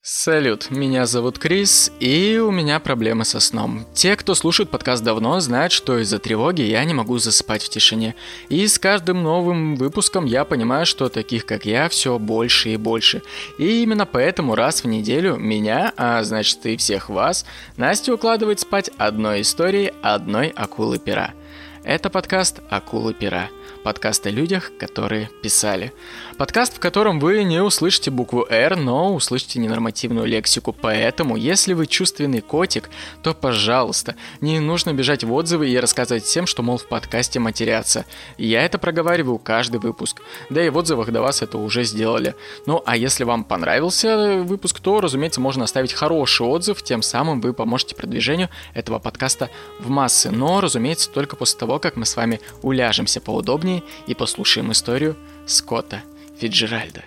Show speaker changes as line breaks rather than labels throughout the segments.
Салют, меня зовут Крис, и у меня проблемы со сном. Те, кто слушает подкаст давно, знают, что из-за тревоги я не могу засыпать в тишине. И с каждым новым выпуском я понимаю, что таких, как я, все больше и больше. И именно поэтому раз в неделю меня, а значит и всех вас, Настя укладывает спать одной историей одной акулы-пера. Это подкаст «Акулы-пера». Подкаст о людях, которые писали. Подкаст, в котором вы не услышите букву «Р», но услышите ненормативную лексику. Поэтому, если вы чувственный котик, то, пожалуйста, не нужно бежать в отзывы и рассказывать всем, что, мол, в подкасте матерятся. Я это проговариваю каждый выпуск. Да и в отзывах до вас это уже сделали. Ну, а если вам понравился выпуск, то, разумеется, можно оставить хороший отзыв. Тем самым вы поможете продвижению этого подкаста в массы. Но, разумеется, только после того, как мы с вами уляжемся поудобнее и послушаем историю Скотта Фицджеральда.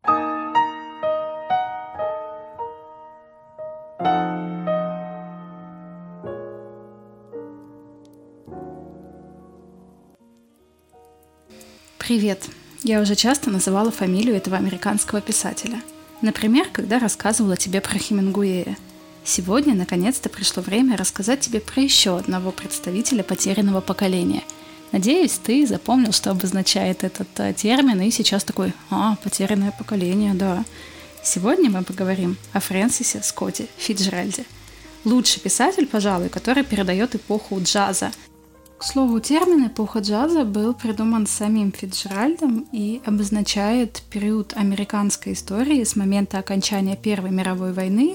Привет! Я уже часто называла фамилию этого американского писателя. Например, когда рассказывала тебе про Хемингуэя. Сегодня, наконец-то, пришло время рассказать тебе про еще одного представителя потерянного поколения – Надеюсь, ты запомнил, что обозначает этот термин, и сейчас такой, потерянное поколение, да. Сегодня мы поговорим о Фрэнсисе Скотте Фицджеральде. Лучший писатель, пожалуй, который передает эпоху джаза. К слову, термин «эпоха джаза» был придуман самим Фицджеральдом и обозначает период американской истории с момента окончания Первой мировой войны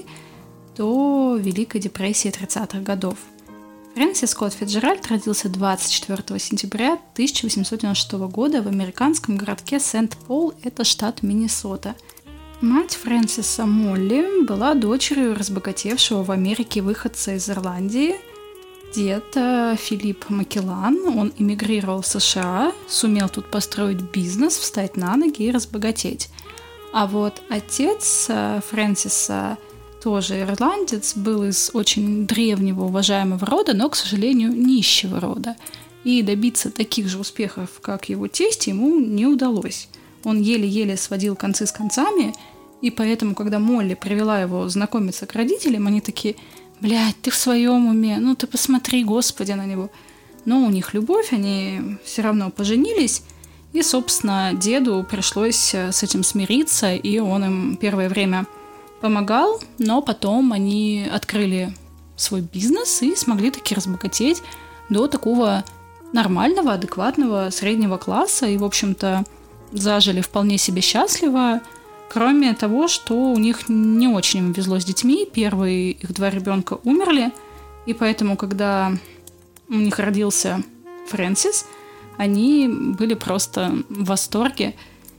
до Великой депрессии 30-х годов. Фрэнсис Скотт Фицджеральд родился 24 сентября 1896 года в американском городке Сент-Пол, это штат Миннесота. Мать Фрэнсиса Молли была дочерью разбогатевшего в Америке выходца из Ирландии. Дед Филипп Маккеллан, он эмигрировал в США, сумел тут построить бизнес, встать на ноги и разбогатеть. А вот отец Фрэнсиса, тоже ирландец, был из очень древнего уважаемого рода, но, к сожалению, нищего рода. И добиться таких же успехов, как его тесть, ему не удалось. Он еле-еле сводил концы с концами, и поэтому, когда Молли привела его знакомиться к родителям, они такие: «Блядь, ты в своем уме? Ну ты посмотри, Господи, на него». Но у них любовь, они все равно поженились, и, собственно, деду пришлось с этим смириться, и он им первое время помогал, но потом они открыли свой бизнес и смогли таки разбогатеть до такого нормального, адекватного среднего класса и, в общем-то, зажили вполне себе счастливо, кроме того, что у них не очень им везло с детьми. Первые их 2 ребенка умерли, и поэтому, когда у них родился Фрэнсис, они были просто в восторге.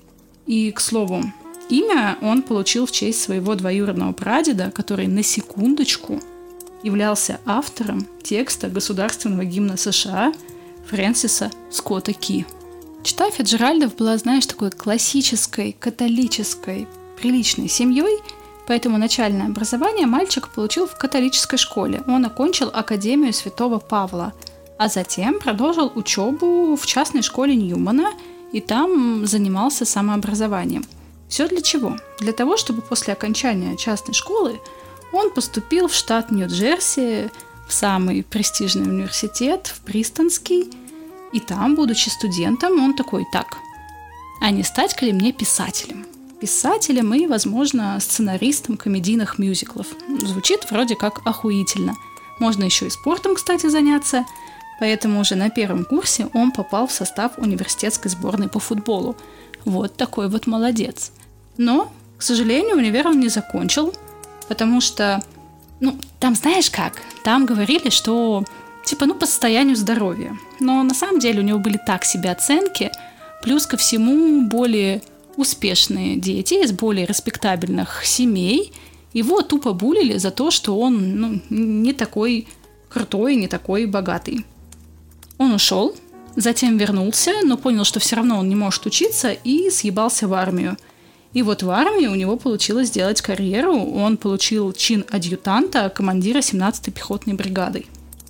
И, к слову, имя он получил в честь своего двоюродного прадеда, который, на секундочку, являлся автором текста государственного гимна США Фрэнсиса Скотта Ки. Чета Фицджеральдов была, знаешь, такой классической, католической, приличной семьей, поэтому начальное образование мальчик получил в католической школе. Он окончил Академию Святого Павла, а затем продолжил учебу в частной школе Ньюмана и там занимался самообразованием. Все для чего? Для того, чтобы после окончания частной школы он поступил в штат Нью-Джерси, в самый престижный университет, в Принстонский, и там, будучи студентом, он такой: так, а не стать ли мне писателем? Писателем и, возможно, сценаристом комедийных мюзиклов. Звучит вроде как охуительно. Можно еще и спортом, кстати, заняться. Поэтому уже на первом курсе он попал в состав университетской сборной по футболу. Вот такой вот молодец. Но, к сожалению, универ он не закончил, потому что, там знаешь как, там говорили, что, по состоянию здоровья. Но на самом деле у него были так себе оценки, плюс ко всему более успешные дети из более респектабельных семей его тупо булили за то, что он, не такой крутой, не такой богатый. Он ушел, затем вернулся, но понял, что все равно он не может учиться, и съебался в армию. И вот в армии у него получилось сделать карьеру, он получил чин адъютанта командира 17-й пехотной бригады.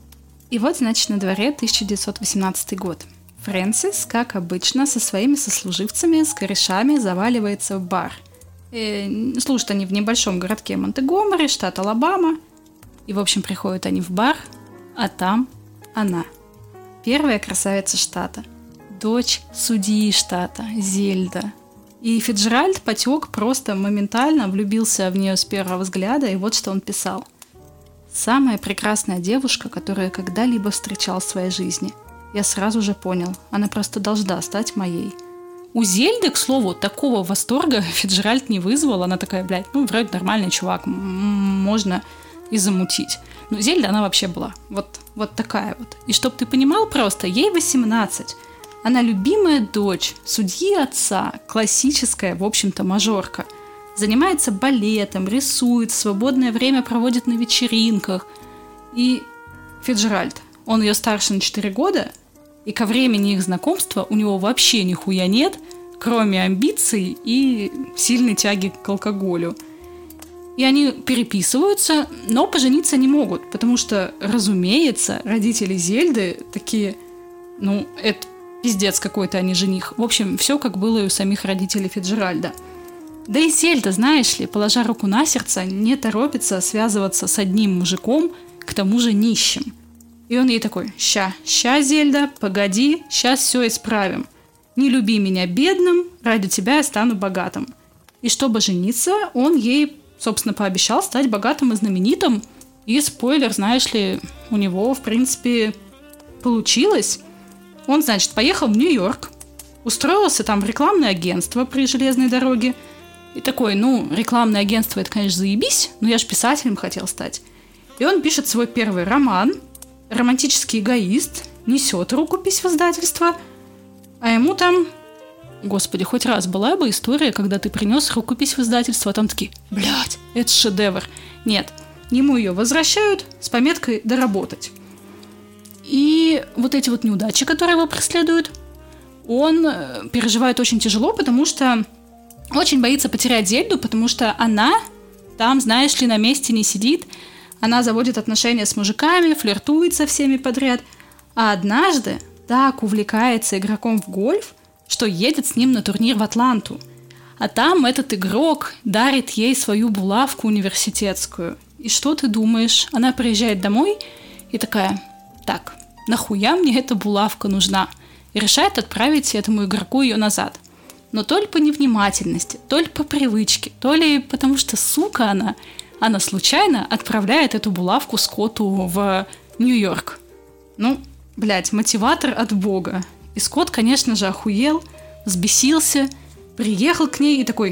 И вот, значит, на дворе 1918 год. Фрэнсис, как обычно, со своими сослуживцами, с корешами заваливается в бар. Служат они в небольшом городке Монтегомери, штат Алабама. И, в общем, приходят они в бар, а там она. Первая красавица штата. Дочь судьи штата, Зельда. И Фицджеральд потек просто моментально, влюбился в нее с первого взгляда, и вот что он писал. «Самая прекрасная девушка, которую я когда-либо встречал в своей жизни. Я сразу же понял, она просто должна стать моей». У Зельды, к слову, такого восторга Фицджеральд не вызвал. Она такая, вроде нормальный чувак, можно и замутить. Но Зельда, она вообще была вот такая вот. И чтоб ты понимал просто, ей 18. Она любимая дочь судьи отца, классическая, в общем-то, мажорка. Занимается балетом, рисует, свободное время проводит на вечеринках. И Фицджеральд, он ее старше на 4 года, и ко времени их знакомства у него вообще нихуя нет, кроме амбиций и сильной тяги к алкоголю. И они переписываются, но пожениться не могут, потому что, разумеется, родители Зельды такие, это пиздец какой-то, а не жених. В общем, все как было и у самих родителей Фицджеральда. Да и Зельда, знаешь ли, положа руку на сердце, не торопится связываться с одним мужиком, к тому же нищим. И он ей такой: ща, Зельда, погоди, сейчас все исправим. Не люби меня бедным, ради тебя я стану богатым. И чтобы жениться, он ей, собственно, пообещал стать богатым и знаменитым. И, спойлер, знаешь ли, у него, в принципе, получилось. Он, значит, поехал в Нью-Йорк, устроился там в рекламное агентство при железной дороге. И такой, рекламное агентство, это, конечно, заебись, но я же писателем хотел стать. И он пишет свой первый роман. Романтический эгоист, несет рукопись в издательство, а ему там... Господи, хоть раз была бы история, когда ты принес рукопись в издательство, а там такие: блядь, это шедевр. Нет, ему ее возвращают с пометкой «доработать». И вот эти вот неудачи, которые его преследуют, он переживает очень тяжело, потому что очень боится потерять Зельду, потому что она там, знаешь ли, на месте не сидит. Она заводит отношения с мужиками, флиртует со всеми подряд. А однажды так увлекается игроком в гольф, что едет с ним на турнир в Атланту. А там этот игрок дарит ей свою булавку университетскую. И что ты думаешь? Она приезжает домой и такая: так, нахуя мне эта булавка нужна? И решает отправить этому игроку ее назад. Но то ли по невнимательности, то ли по привычке, то ли потому что, сука, она случайно отправляет эту булавку Скотту в Нью-Йорк. Мотиватор от бога. И Скотт, конечно же, охуел, взбесился, приехал к ней и такой: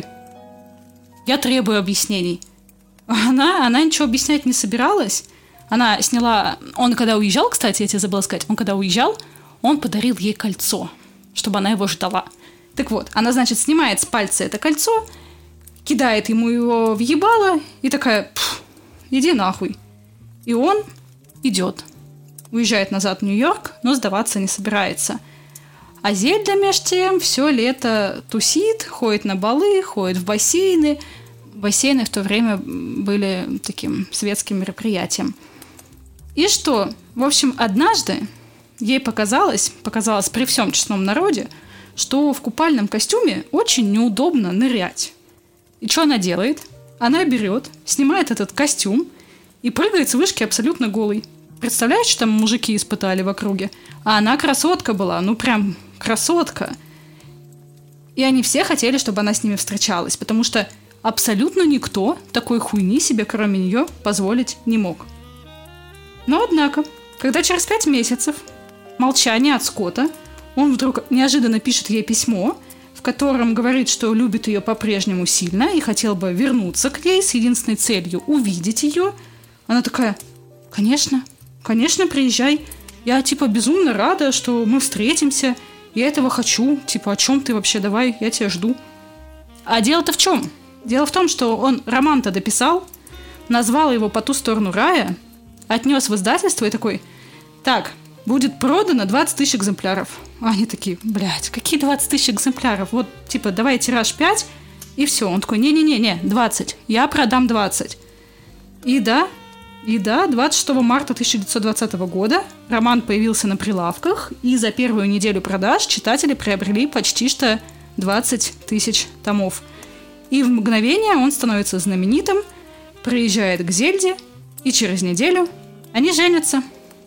я требую объяснений. Она ничего объяснять не собиралась. Она сняла... Он когда уезжал, кстати, я тебе забыла сказать, он подарил ей кольцо, чтобы она его ждала. Так вот, она, значит, снимает с пальца это кольцо, кидает ему его в ебало и такая: иди нахуй. И он идет. Уезжает назад в Нью-Йорк, но сдаваться не собирается. А Зельда меж тем все лето тусит, ходит на балы, ходит в бассейны. Бассейны в то время были таким светским мероприятием. И что? В общем, однажды ей показалось при всем честном народе, что в купальном костюме очень неудобно нырять. И что она делает? Она берет, снимает этот костюм и прыгает с вышки абсолютно голой. Представляешь, что там мужики испытали в округе? А она красотка была, прям красотка. И они все хотели, чтобы она с ними встречалась, потому что абсолютно никто такой хуйни себе, кроме нее, позволить не мог. Но однако, когда через 5 месяцев молчания от Скотта, он вдруг неожиданно пишет ей письмо, в котором говорит, что любит ее по-прежнему сильно и хотел бы вернуться к ней с единственной целью увидеть ее, она такая: конечно, приезжай. Я, безумно рада, что мы встретимся. Я этого хочу. О чем ты вообще? Давай, я тебя жду. А дело-то в чем? Дело в том, что он роман-то дописал, назвал его «По ту сторону рая», отнес в издательство и такой: так, будет продано 20 тысяч экземпляров. А они такие: блядь, какие 20 тысяч экземпляров? Вот, давай тираж 5, и все. Он такой: не-не-не, 20. Я продам 20. И да, 26 марта 1920 года роман появился на прилавках, и за первую неделю продаж читатели приобрели почти что 20 тысяч томов. И в мгновение он становится знаменитым, приезжает к Зельде, и через неделю они женятся.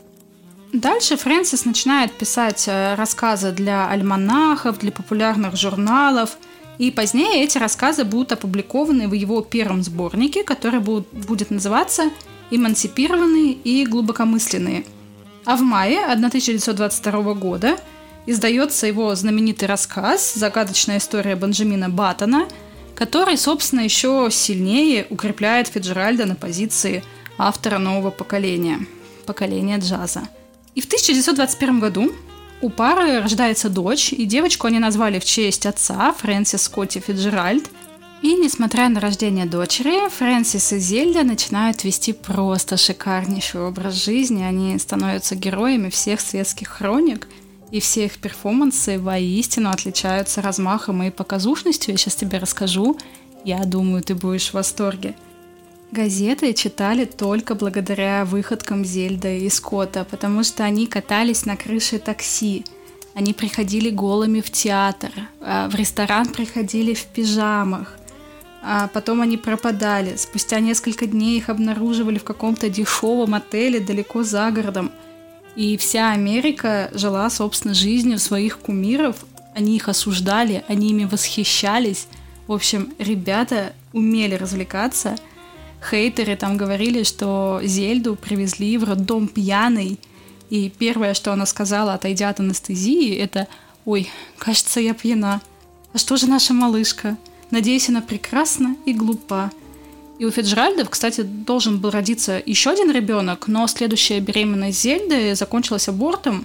Дальше Фрэнсис начинает писать рассказы для альманахов, для популярных журналов, и позднее эти рассказы будут опубликованы в его первом сборнике, который будет называться «Эмансипированные и глубокомысленные». А в мае 1922 года издается его знаменитый рассказ «Загадочная история Бенджамина Баттона», который, собственно, еще сильнее укрепляет Фицджеральда на позиции автора нового поколения джаза. И в 1921 году у пары рождается дочь, и девочку они назвали в честь отца, Фрэнсис Скотти Фицджеральд. И, несмотря на рождение дочери, Фрэнсис и Зельда начинают вести просто шикарнейший образ жизни. Они становятся героями всех светских хроник, и все их перформансы воистину отличаются размахом и показушностью. Я сейчас тебе расскажу. Я думаю, ты будешь в восторге. Газеты читали только благодаря выходкам Зельды и Скотта, потому что они катались на крыше такси. Они приходили голыми в театр, в ресторан приходили в пижамах. А потом они пропадали. Спустя несколько дней их обнаруживали в каком-то дешевом отеле далеко за городом. И вся Америка жила, собственно, жизнью своих кумиров. Они их осуждали, они ими восхищались. В общем, ребята умели развлекаться. Хейтеры там говорили, что Зельду привезли в роддом пьяной. И первое, что она сказала, отойдя от анестезии, это: «Ой, кажется, я пьяна. А что же наша малышка? Надеюсь, она прекрасна и глупа». И у Фицджеральдов, кстати, должен был родиться еще один ребенок, но следующая беременность Зельды закончилась абортом,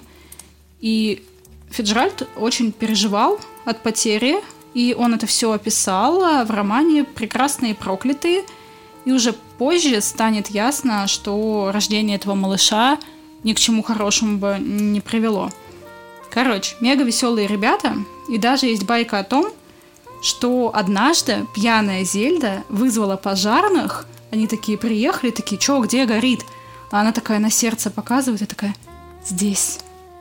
и Фицджеральд очень переживал от потери, и он это все описал в романе «Прекрасные и проклятые», и уже позже станет ясно, что рождение этого малыша ни к чему хорошему бы не привело. Короче, мега веселые ребята, и даже есть байка о том, что однажды пьяная Зельда вызвала пожарных, они такие приехали, такие: «Чё, где горит?» А она такая на сердце показывает и такая: «Здесь».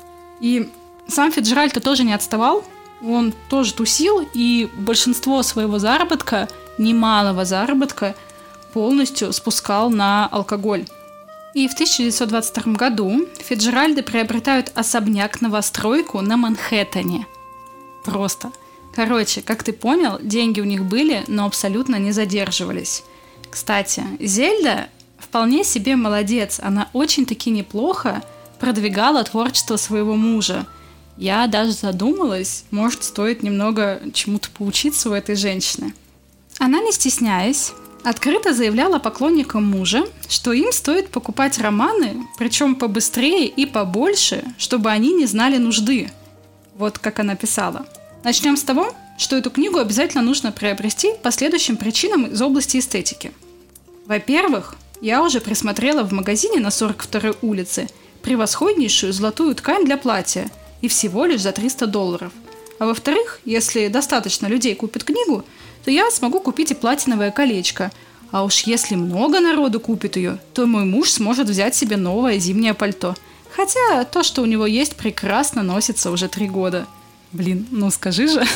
И сам Фицджеральд тоже не отставал, он тоже тусил, и большинство своего заработка, немалого заработка, полностью спускал на алкоголь. И в 1922 году Фицджеральды приобретают особняк-новостройку на Манхэттене. Просто. Короче, как ты понял, деньги у них были, но абсолютно не задерживались. Кстати, Зельда вполне себе молодец. Она очень-таки неплохо продвигала творчество своего мужа. Я даже задумалась, может, стоит немного чему-то поучиться у этой женщины. Она, не стесняясь, открыто заявляла поклонникам мужа, что им стоит покупать романы, причем побыстрее и побольше, чтобы они не знали нужды. Вот как она писала. Начнем с того, что эту книгу обязательно нужно приобрести по следующим причинам из области эстетики. Во-первых, я уже присмотрела в магазине на 42-й улице превосходнейшую золотую ткань для платья, и всего лишь за $300. А во-вторых, если достаточно людей купит книгу, то я смогу купить и платиновое колечко. А уж если много народу купит ее, то мой муж сможет взять себе новое зимнее пальто. Хотя то, что у него есть, прекрасно носится уже 3 года. Блин, ну скажи же.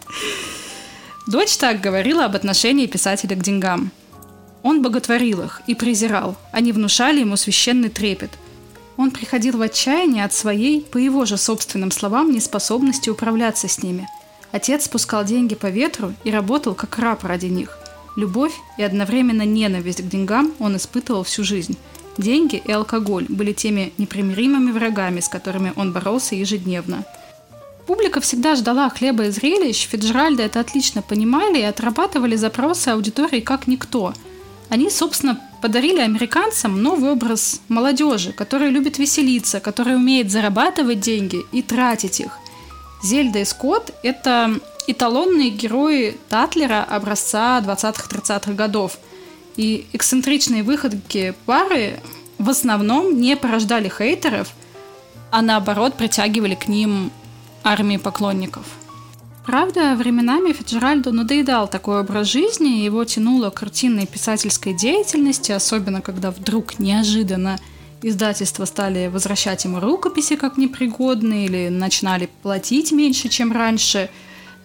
Дочь так говорила об отношении писателя к деньгам. Он боготворил их и презирал. Они внушали ему священный трепет. Он приходил в отчаяние от своей, по его же собственным словам, неспособности управляться с ними. Отец спускал деньги по ветру и работал как раб ради них. Любовь и одновременно ненависть к деньгам он испытывал всю жизнь. Деньги и алкоголь были теми непримиримыми врагами, с которыми он боролся ежедневно. Публика всегда ждала хлеба и зрелищ, Фицджеральды это отлично понимали и отрабатывали запросы аудитории как никто. Они, собственно, подарили американцам новый образ молодежи, которая любит веселиться, которая умеет зарабатывать деньги и тратить их. Зельда и Скотт – это эталонные герои Татлера образца 20-30-х годов. И эксцентричные выходки пары в основном не порождали хейтеров, а наоборот притягивали к ним армии поклонников. Правда, временами Фицджеральду надоедал такой образ жизни, его тянуло к рутинной писательской деятельности, особенно когда вдруг неожиданно издательства стали возвращать ему рукописи как непригодные или начинали платить меньше, чем раньше.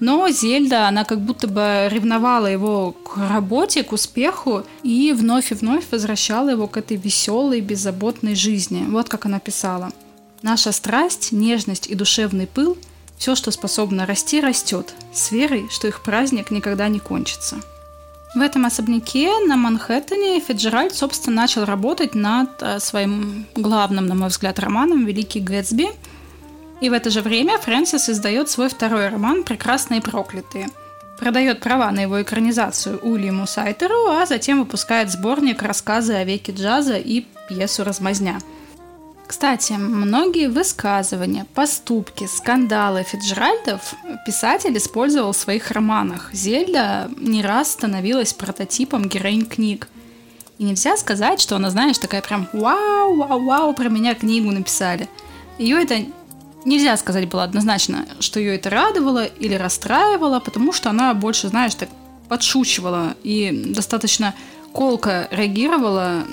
Но Зельда, она как будто бы ревновала его к работе, к успеху и вновь возвращала его к этой веселой, беззаботной жизни. Вот как она писала. «Наша страсть, нежность и душевный пыл – все, что способно расти, растет, с верой, что их праздник никогда не кончится». В этом особняке на Манхэттене Фицджеральд, собственно, начал работать над своим главным, на мой взгляд, романом «Великий Гэтсби». И в это же время Фрэнсис издает свой второй роман «Прекрасные и проклятые». Продает права на его экранизацию Уильяму Сайтеру, а затем выпускает сборник «Рассказы о веке джаза» и пьесу «Размазня». Кстати, многие высказывания, поступки, скандалы Фицджеральдов писатель использовал в своих романах. Зельда не раз становилась прототипом героинь книг. И нельзя сказать, что она, знаешь, такая прям «Вау, про меня книгу написали». Ее это нельзя сказать было однозначно, что ее это радовало или расстраивало, потому что она больше, знаешь, так подшучивала и достаточно колко реагировала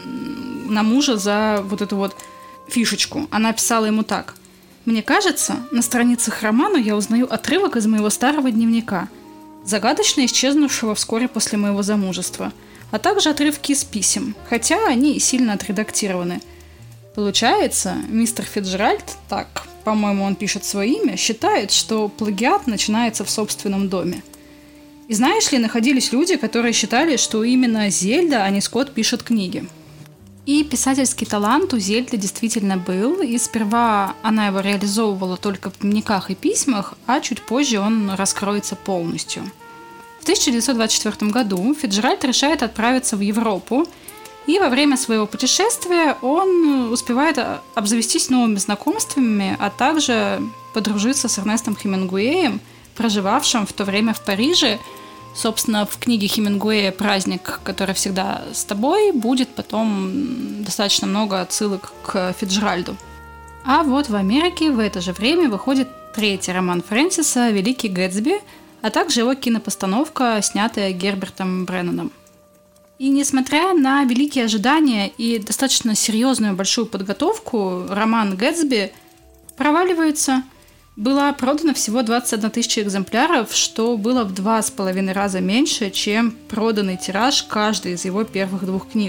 на мужа за вот эту вот фишечку. Она писала ему так. «Мне кажется, на страницах романа я узнаю отрывок из моего старого дневника, загадочно исчезнувшего вскоре после моего замужества, а также отрывки из писем, хотя они сильно отредактированы. Получается, мистер Фицджеральд, так, по-моему, он пишет свое имя, считает, что плагиат начинается в собственном доме. И знаешь ли, находились люди, которые считали, что именно Зельда, а не Скотт пишет книги». И писательский талант у Зельды действительно был, и сперва она его реализовывала только в дневниках и письмах, а чуть позже он раскроется полностью. В 1924 году Фицджеральд решает отправиться в Европу, и во время своего путешествия он успевает обзавестись новыми знакомствами, а также подружиться с Эрнестом Хемингуэем, проживавшим в то время в Париже. Собственно, в книге Хемингуэя «Праздник, который всегда с тобой» будет потом достаточно много отсылок к Фицджеральду. А вот в Америке в это же время выходит третий роман Фрэнсиса «Великий Гэтсби», а также его кинопостановка, снятая Гербертом Бреннаном. И несмотря на великие ожидания и достаточно серьезную большую подготовку, роман «Гэтсби» проваливается. Было продано всего 21 тысяча экземпляров, что было в 2,5 раза меньше, чем проданный тираж каждой из его первых двух книг.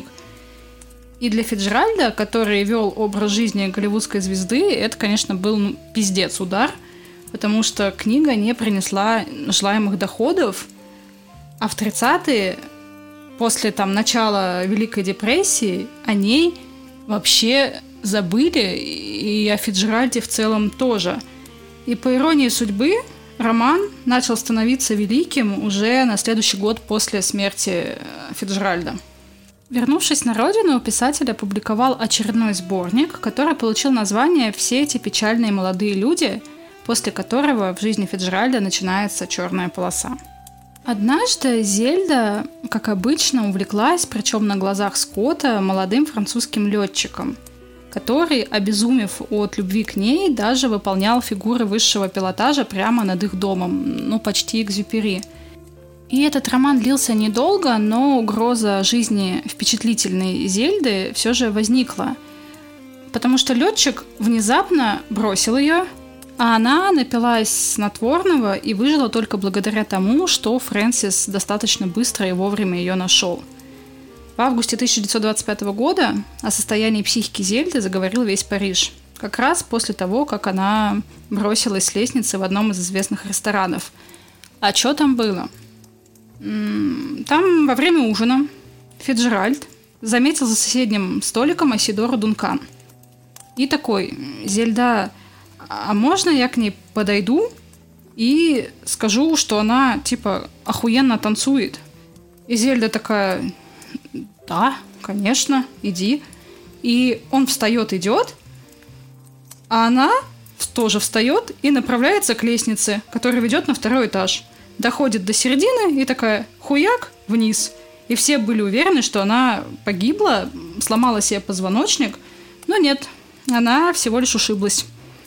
И для Фицджеральда, который вел образ жизни голливудской звезды, это, конечно, был пиздец удар, потому что книга не принесла желаемых доходов, а в 30-е, после начала Великой депрессии, о ней вообще забыли, и о Фицджеральде в целом тоже. И по иронии судьбы, роман начал становиться великим уже на следующий год после смерти Фицджеральда. Вернувшись на родину, писатель опубликовал очередной сборник, который получил название «Все эти печальные молодые люди», после которого в жизни Фицджеральда начинается черная полоса. Однажды Зельда, как обычно, увлеклась, причем на глазах Скотта, молодым французским летчиком, который, обезумев от любви к ней, даже выполнял фигуры высшего пилотажа прямо над их домом, почти Экзюпери. И этот роман длился недолго, но угроза жизни впечатлительной Зельды все же возникла, потому что летчик внезапно бросил ее, а она напилась снотворного и выжила только благодаря тому, что Фрэнсис достаточно быстро и вовремя ее нашел. В августе 1925 года о состоянии психики Зельды заговорил весь Париж. Как раз после того, как она бросилась с лестницы в одном из известных ресторанов. А что там было? Там во время ужина Фицджеральд заметил за соседним столиком Айседору Дункан. И такой: «Зельда, а можно я к ней подойду и скажу, что она, охуенно танцует?» И Зельда такая: «Да, конечно, иди». И он встает, идет, а она тоже встает и направляется к лестнице, которая ведет на второй этаж. Доходит до середины и такая хуяк вниз. И все были уверены, что она погибла, сломала себе позвоночник. Но нет, она всего лишь ушиблась.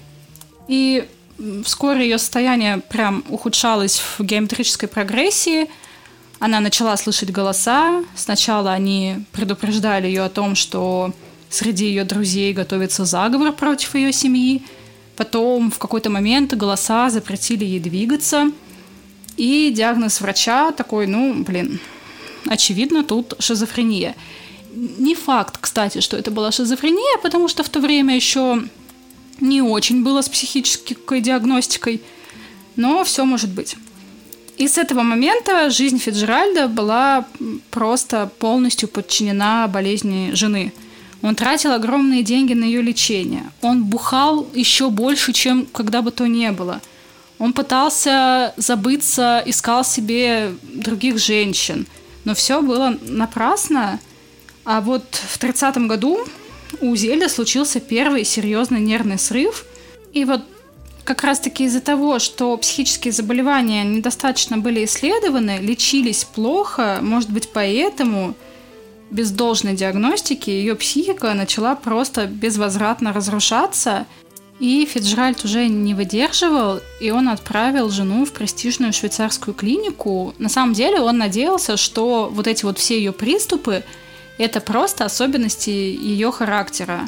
И вскоре ее состояние прям ухудшалось в геометрической прогрессии. Она начала слышать голоса. Сначала они предупреждали ее о том, что среди ее друзей готовится заговор против ее семьи. Потом в какой-то момент голоса запретили ей двигаться. И диагноз врача такой, очевидно, тут шизофрения. Не факт, кстати, что это была шизофрения, потому что в то время еще не очень было с психической диагностикой, но все может быть. И с этого момента жизнь Фицджеральда была просто полностью подчинена болезни жены. Он тратил огромные деньги на ее лечение. Он бухал еще больше, чем когда бы то ни было. Он пытался забыться, искал себе других женщин. Но все было напрасно. А вот в 30-м году у Зельды случился первый серьезный нервный срыв. И вот как раз-таки из-за того, что психические заболевания недостаточно были исследованы, лечились плохо, может быть, поэтому без должной диагностики ее психика начала просто безвозвратно разрушаться, и Фицджеральд уже не выдерживал, и он отправил жену в престижную швейцарскую клинику. На самом деле он надеялся, что вот эти вот все ее приступы – это просто особенности ее характера.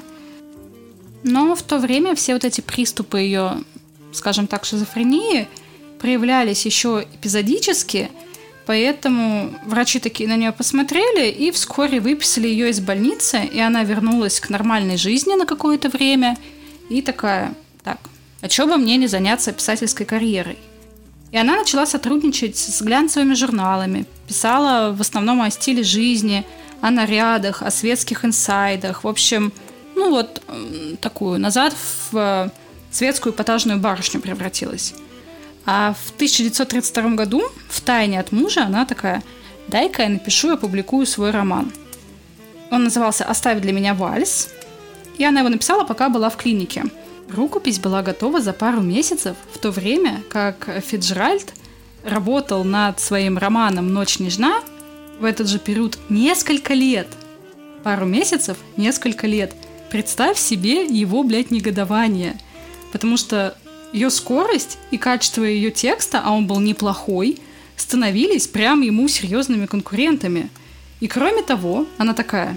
Но в то время все вот эти приступы ее, скажем так, шизофрении проявлялись еще эпизодически, поэтому врачи такие на нее посмотрели и вскоре выписали ее из больницы, и она вернулась к нормальной жизни на какое-то время и такая: так, а чё бы мне не заняться писательской карьерой? И она начала сотрудничать с глянцевыми журналами, писала в основном о стиле жизни, о нарядах, о светских инсайдах, в общем, такую, назад в светскую эпатажную барышню превратилась. А в 1932 году, втайне от мужа, она такая: дай-ка я напишу и опубликую свой роман. Он назывался «Оставь для меня вальс», и она его написала, пока была в клинике. Рукопись была готова за пару месяцев, в то время как Фицджеральд работал над своим романом «Ночь нежна» в этот же период несколько лет. Пару месяцев, несколько лет. Представь себе его, негодование. Потому что ее скорость и качество ее текста, а он был неплохой, становились прям ему серьезными конкурентами. И кроме того, она такая: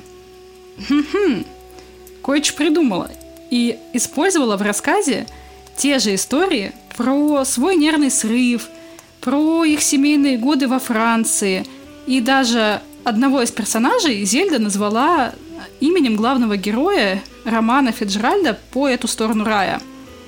кое-что придумала. И использовала в рассказе те же истории про свой нервный срыв, про их семейные годы во Франции. И даже одного из персонажей Зельда назвала именем главного героя романа Фицджеральда «По эту сторону рая».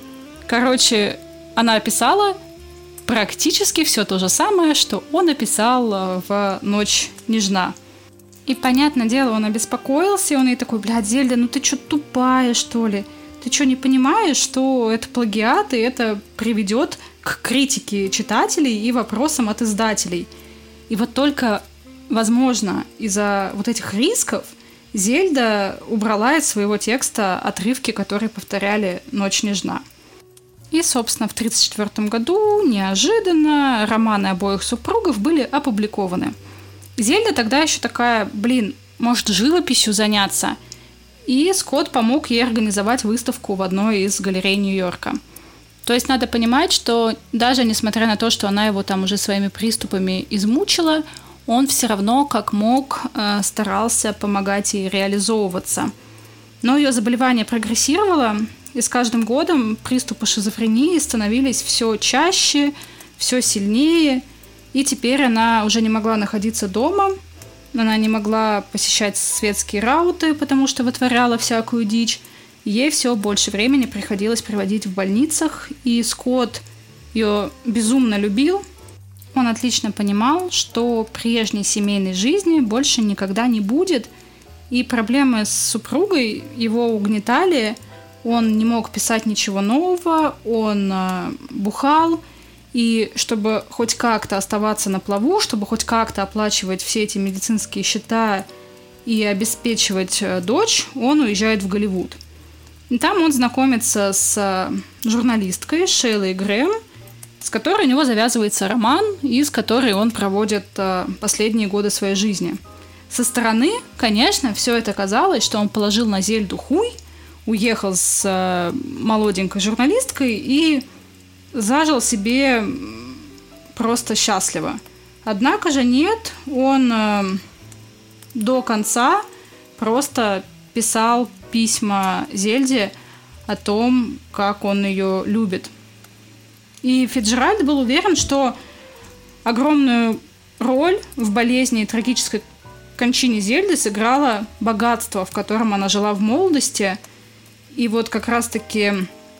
Короче, она описала практически все то же самое, что он описал в «Ночь нежна». И, понятное дело, он обеспокоился, и он ей такой: Зельда, ты что, тупая, что ли? Ты что, не понимаешь, что это плагиат, и это приведет к критике читателей и вопросам от издателей? И вот только, возможно, из-за вот этих рисков Зельда убрала из своего текста отрывки, которые повторяли «Ночь нежна». И, собственно, в 1934 году неожиданно романы обоих супругов были опубликованы. Зельда тогда еще такая: может, живописью заняться? И Скотт помог ей организовать выставку в одной из галерей Нью-Йорка. То есть надо понимать, что даже несмотря на то, что она его там уже своими приступами измучила, он все равно как мог старался помогать ей реализовываться. Но ее заболевание прогрессировало, и с каждым годом приступы шизофрении становились все чаще, все сильнее, и теперь она уже не могла находиться дома, она не могла посещать светские рауты, потому что вытворяла всякую дичь. Ей все больше времени приходилось проводить в больницах, и Скотт ее безумно любил. Он отлично понимал, что прежней семейной жизни больше никогда не будет, и проблемы с супругой его угнетали. Он не мог писать ничего нового, он бухал, и чтобы хоть как-то оставаться на плаву, чтобы хоть как-то оплачивать все эти медицинские счета и обеспечивать дочь, он уезжает в Голливуд. И там он знакомится с журналисткой Шейлой Грэм, с которой у него завязывается роман, и с которой он проводит последние годы своей жизни. Со стороны, конечно, все это казалось, что он положил на Зельду хуй, уехал с молоденькой журналисткой и зажил себе просто счастливо. Однако же нет, он до конца просто писал письма Зельде о том, как он ее любит. И Фицджеральд был уверен, что огромную роль в болезни и трагической кончине Зельды сыграло богатство, в котором она жила в молодости. И вот как раз-таки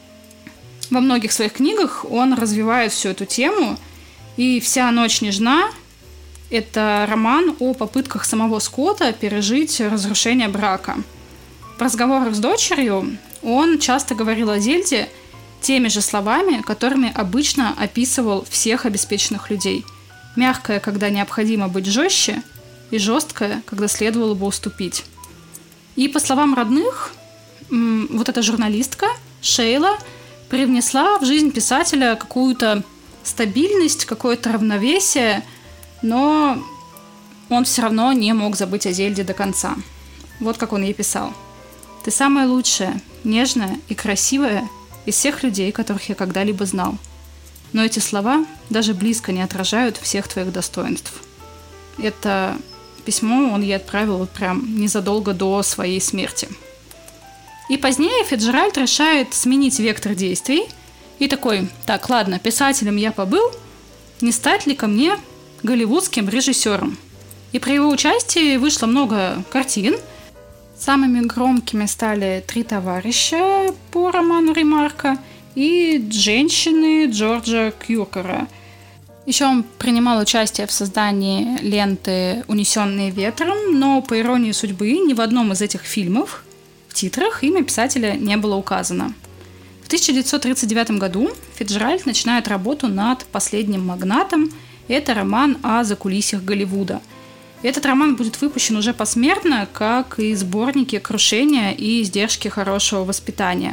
во многих своих книгах он развивает всю эту тему. И «Вся ночь нежна» – это роман о попытках самого Скотта пережить разрушение брака. В разговорах с дочерью он часто говорил о Зельде теми же словами, которыми обычно описывал всех обеспеченных людей. Мягкое, когда необходимо быть жестче, и жесткое, когда следовало бы уступить. И по словам родных, вот эта журналистка Шейла привнесла в жизнь писателя какую-то стабильность, какое-то равновесие, но он все равно не мог забыть о Зельде до конца. Вот как он ей писал. «Ты самая лучшая, нежная и красивая из всех людей, которых я когда-либо знал. Но эти слова даже близко не отражают всех твоих достоинств». Это письмо он ей отправил вот прям незадолго до своей смерти. И позднее Фицджеральд решает сменить вектор действий и такой: так, ладно, писателем я побыл, не стать ли ко мне голливудским режиссером? И при его участии вышло много картин. Самыми громкими стали «Три товарища» по роману Ремарка и «Женщины» Джорджа Кьюкера. Еще он принимал участие в создании ленты «Унесенные ветром», но, по иронии судьбы, ни в одном из этих фильмов в титрах имя писателя не было указано. В 1939 году Фицджеральд начинает работу над «Последним магнатом». Это роман о закулисьях Голливуда. Этот роман будет выпущен уже посмертно, как и сборники «Крушение» и «Издержки хорошего воспитания».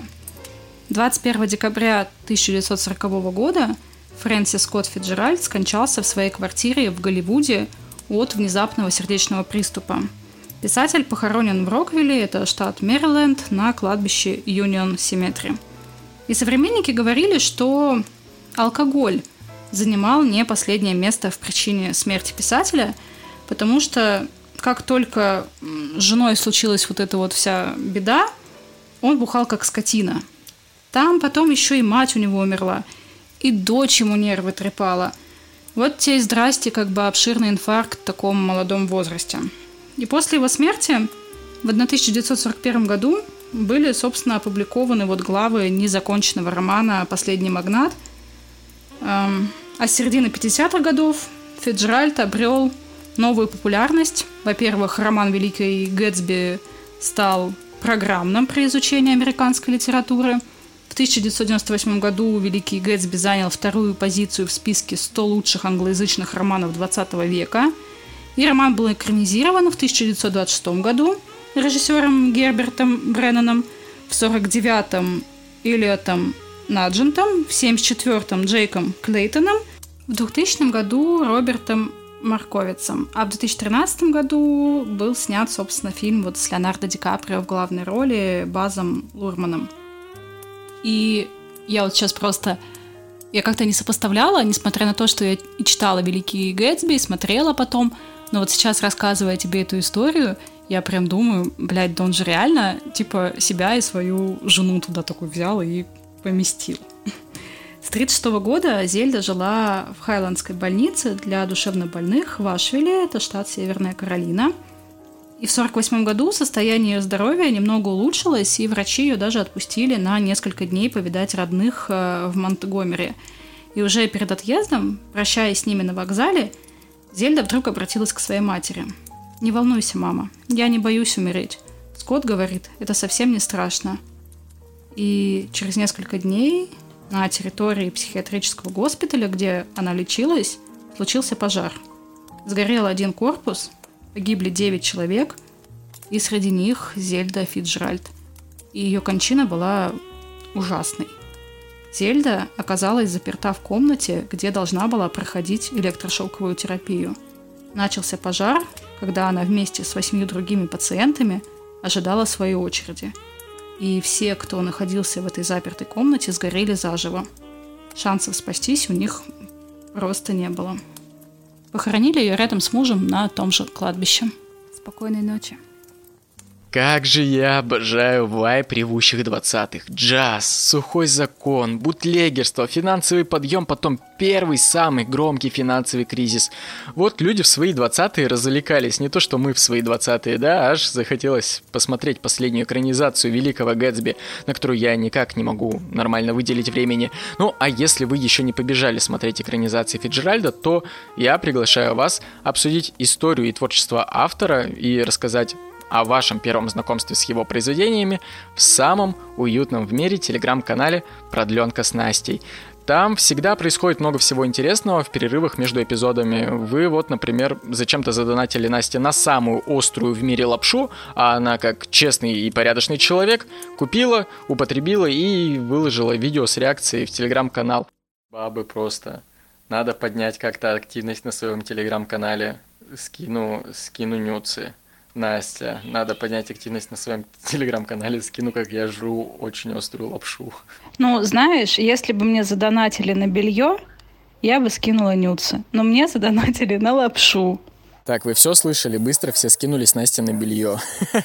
21 декабря 1940 года Фрэнсис Скотт Фицджеральд скончался в своей квартире в Голливуде от внезапного сердечного приступа. Писатель похоронен в Роквилле, это штат Мэриленд, на кладбище Юнион Симметри. И современники говорили, что алкоголь занимал не последнее место в причине смерти писателя, потому что как только с женой случилась вот эта вот вся беда, он бухал как скотина. Там потом еще и мать у него умерла, и дочь ему нервы трепала. Вот тебе и здрасте, как бы обширный инфаркт в таком молодом возрасте. И после его смерти в 1941 году были, собственно, опубликованы вот главы незаконченного романа «Последний магнат». А с середины 50-х годов Фицджеральд обрел новую популярность. Во-первых, роман «Великий Гэтсби» стал программным при изучении американской литературы. В 1998 году «Великий Гэтсби» занял вторую позицию в списке 100 лучших англоязычных романов 20 века. И роман был экранизирован в 1926 году режиссером Гербертом Бреннаном, в 1949-м Элиотом Наджентом, в 1974-м Джейком Клейтоном, в 2000 году Робертом Марковицем. А в 2013 году был снят, собственно, фильм вот с Леонардо Ди Каприо в главной роли Базом Лурманом. И я вот сейчас просто... Я как-то не сопоставляла, несмотря на то, что я и читала «Великий Гэтсби», и смотрела потом, но вот сейчас, рассказывая тебе эту историю, я прям думаю, блядь, да он же реально, типа, себя и свою жену туда такой взял и поместил. С 1936 года Зельда жила в Хайлендской больнице для душевнобольных в Ашвилле, это штат Северная Каролина. И в 1948 году состояние ее здоровья немного улучшилось, и врачи ее даже отпустили на несколько дней повидать родных в Монтгомери. И уже перед отъездом, прощаясь с ними на вокзале, Зельда вдруг обратилась к своей матери. «Не волнуйся, мама, я не боюсь умереть. Скотт говорит, это совсем не страшно». И через несколько дней на территории психиатрического госпиталя, где она лечилась, случился пожар. Сгорел один корпус, погибли 9 человек, и среди них Зельда Фицджеральд. И ее кончина была ужасной. Зельда оказалась заперта в комнате, где должна была проходить электрошоковую терапию. Начался пожар, когда она вместе с 8 другими пациентами ожидала своей очереди. И все, кто находился в этой запертой комнате, сгорели заживо. Шансов спастись у них просто не было. Похоронили ее рядом с мужем на том же кладбище. Спокойной ночи.
Как же я обожаю вайб ревущих 20-х. Джаз, сухой закон, бутлегерство, финансовый подъем, потом первый самый громкий финансовый кризис. Вот люди в свои 20-е развлекались, не то что мы в свои 20-е, да, аж захотелось посмотреть последнюю экранизацию Великого Гэтсби, на которую я никак не могу нормально выделить времени. Ну, а если вы еще не побежали смотреть экранизации Фицджеральда, то я приглашаю вас обсудить историю и творчество автора и рассказать о вашем первом знакомстве с его произведениями в самом уютном в мире телеграм-канале «Продленка с Настей». Там всегда происходит много всего интересного в перерывах между эпизодами. Вы вот, например, зачем-то задонатили Насте на самую острую в мире лапшу, а она, как честный и порядочный человек, купила, употребила и выложила видео с реакцией в телеграм-канал. Бабы просто. Надо поднять как-то активность на своем телеграм-канале. Скину нюцы. Настя, надо поднять активность на своем телеграм-канале, скину, как я жру очень острую лапшу.
Ну, знаешь, если бы мне задонатили на белье, я бы скинула нюцы. Но мне задонатили на лапшу.
Так, вы все слышали? Быстро все скинулись Насте на белье.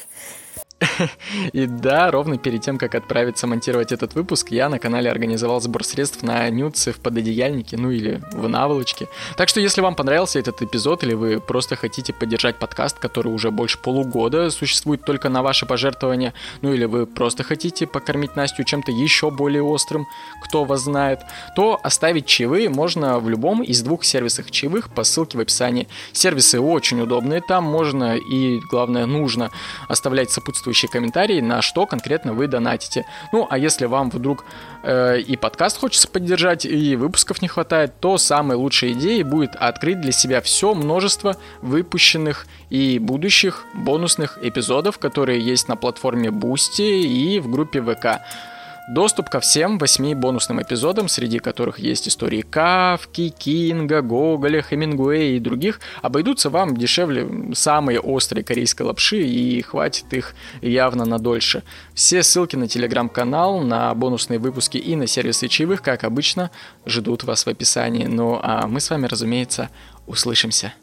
И да, ровно перед тем, как отправиться монтировать этот выпуск, я на канале организовал сбор средств на нюцы в пододеяльнике, ну или в наволочке. Так что, если вам понравился этот эпизод, или вы просто хотите поддержать подкаст, который уже больше полугода существует только на ваши пожертвования, ну или вы просто хотите покормить Настю чем-то еще более острым, кто вас знает, то оставить чаевые можно в любом из двух сервисов чаевых по ссылке в описании. Сервисы очень удобные, там можно и, главное, нужно оставлять сопутствующие комментарии, на что конкретно вы донатите. Ну, а если вам вдруг и подкаст хочется поддержать, и выпусков не хватает, то самой лучшей идеей будет открыть для себя все множество выпущенных и будущих бонусных эпизодов, которые есть на платформе Boosty и в группе ВК. Доступ ко всем 8 бонусным эпизодам, среди которых есть истории Кафки, Кинга, Гоголя, Хемингуэя и других, обойдутся вам дешевле самой острой корейской лапши, и хватит их явно надольше. Все ссылки на телеграм-канал, на бонусные выпуски и на сервисы чаевых, как обычно, ждут вас в описании. Ну а мы с вами, разумеется, услышимся.